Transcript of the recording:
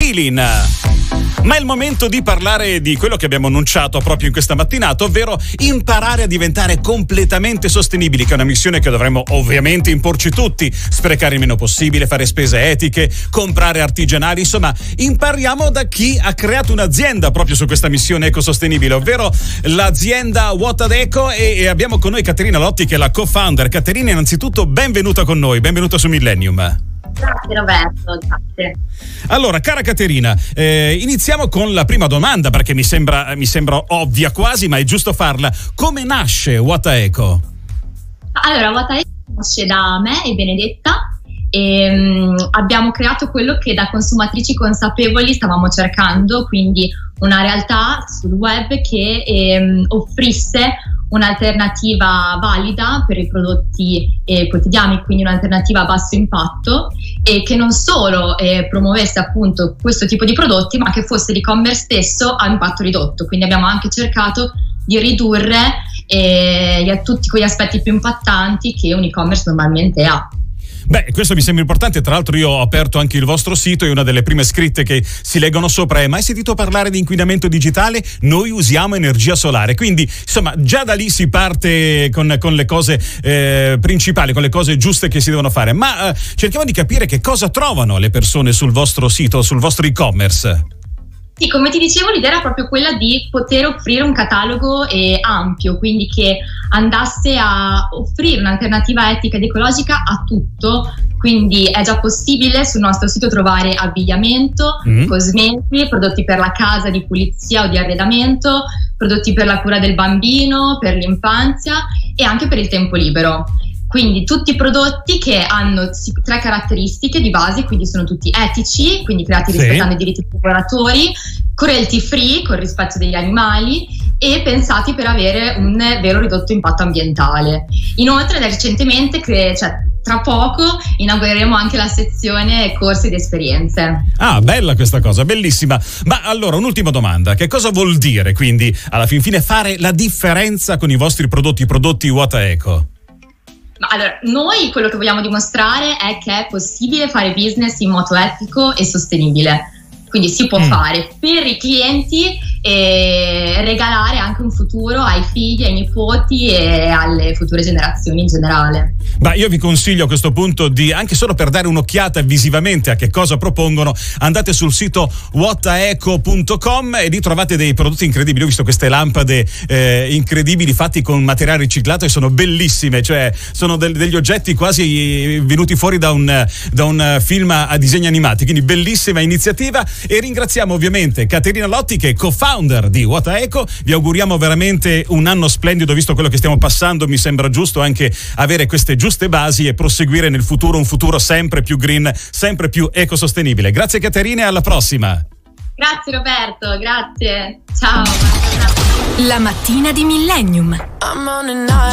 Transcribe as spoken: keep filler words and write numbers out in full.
Feeling. Ma è il momento di parlare di quello che abbiamo annunciato proprio in questa mattinata, ovvero imparare a diventare completamente sostenibili, che è una missione che dovremmo ovviamente imporci tutti: sprecare il meno possibile, fare spese etiche, comprare artigianali, insomma impariamo da chi ha creato un'azienda proprio su questa missione ecosostenibile, ovvero l'azienda What Eco, e, e abbiamo con noi Caterina Lotti, che è la co-founder. Caterina, innanzitutto benvenuta con noi, benvenuta su Millennium. Grazie Roberto, grazie. Allora, cara Caterina, eh, iniziamo con la prima domanda, perché mi sembra, mi sembra ovvia quasi, ma è giusto farla. Come nasce What Eco? Allora, What Eco nasce da me e Benedetta e um, abbiamo creato quello che da consumatrici consapevoli stavamo cercando, quindi una realtà sul web che ehm, offrisse un'alternativa valida per i prodotti eh, quotidiani, quindi un'alternativa a basso impatto, e che non solo eh, promuovesse appunto questo tipo di prodotti, ma che fosse l'e-commerce stesso a impatto ridotto. Quindi abbiamo anche cercato di ridurre eh, tutti quegli aspetti più impattanti che un e-commerce normalmente ha. Beh, questo mi sembra importante. Tra l'altro io ho aperto anche il vostro sito e una delle prime scritte che si leggono sopra è: mai sentito parlare di inquinamento digitale? Noi usiamo energia solare. Quindi insomma già da lì si parte con, con le cose eh, principali, con le cose giuste che si devono fare. Ma eh, cerchiamo di capire che cosa trovano le persone sul vostro sito, sul vostro e-commerce. Sì, come ti dicevo, l'idea era proprio quella di poter offrire un catalogo eh, ampio, quindi che andasse a offrire un'alternativa etica ed ecologica a tutto. Quindi è già possibile sul nostro sito trovare abbigliamento, mm. cosmetici, prodotti per la casa di pulizia o di arredamento, prodotti per la cura del bambino, per l'infanzia e anche per il tempo libero. Quindi tutti i prodotti che hanno tre caratteristiche di base, quindi sono tutti etici, quindi creati sì. rispettando i diritti dei lavoratori, cruelty free, con rispetto degli animali, e pensati per avere un vero ridotto impatto ambientale. Inoltre recentemente, cre- cioè, tra poco, inaugureremo anche la sezione corsi ed esperienze. Ah, bella questa cosa, bellissima. Ma allora, un'ultima domanda: che cosa vuol dire quindi alla fin fine fare la differenza con i vostri prodotti, i prodotti What Eco? Allora, noi quello che vogliamo dimostrare è che è possibile fare business in modo etico e sostenibile. Quindi si può mm. fare per i clienti e regalare anche un futuro ai figli, ai nipoti e alle future generazioni in generale. Ma io vi consiglio a questo punto di, anche solo per dare un'occhiata visivamente a che cosa propongono, andate sul sito what eco punto com e lì trovate dei prodotti incredibili. Ho visto queste lampade eh, incredibili fatti con materiale riciclato e sono bellissime, cioè sono del, degli oggetti quasi venuti fuori da un, da un film a disegni animati, quindi bellissima iniziativa. E ringraziamo ovviamente Caterina Lotti, che è co-founder di What Eco. Vi auguriamo veramente un anno splendido, visto quello che stiamo passando. Mi sembra giusto anche avere queste giuste basi e proseguire nel futuro, un futuro sempre più green, sempre più ecosostenibile. Grazie Caterina e alla prossima. Grazie Roberto, grazie. Ciao. La mattina di Millennium.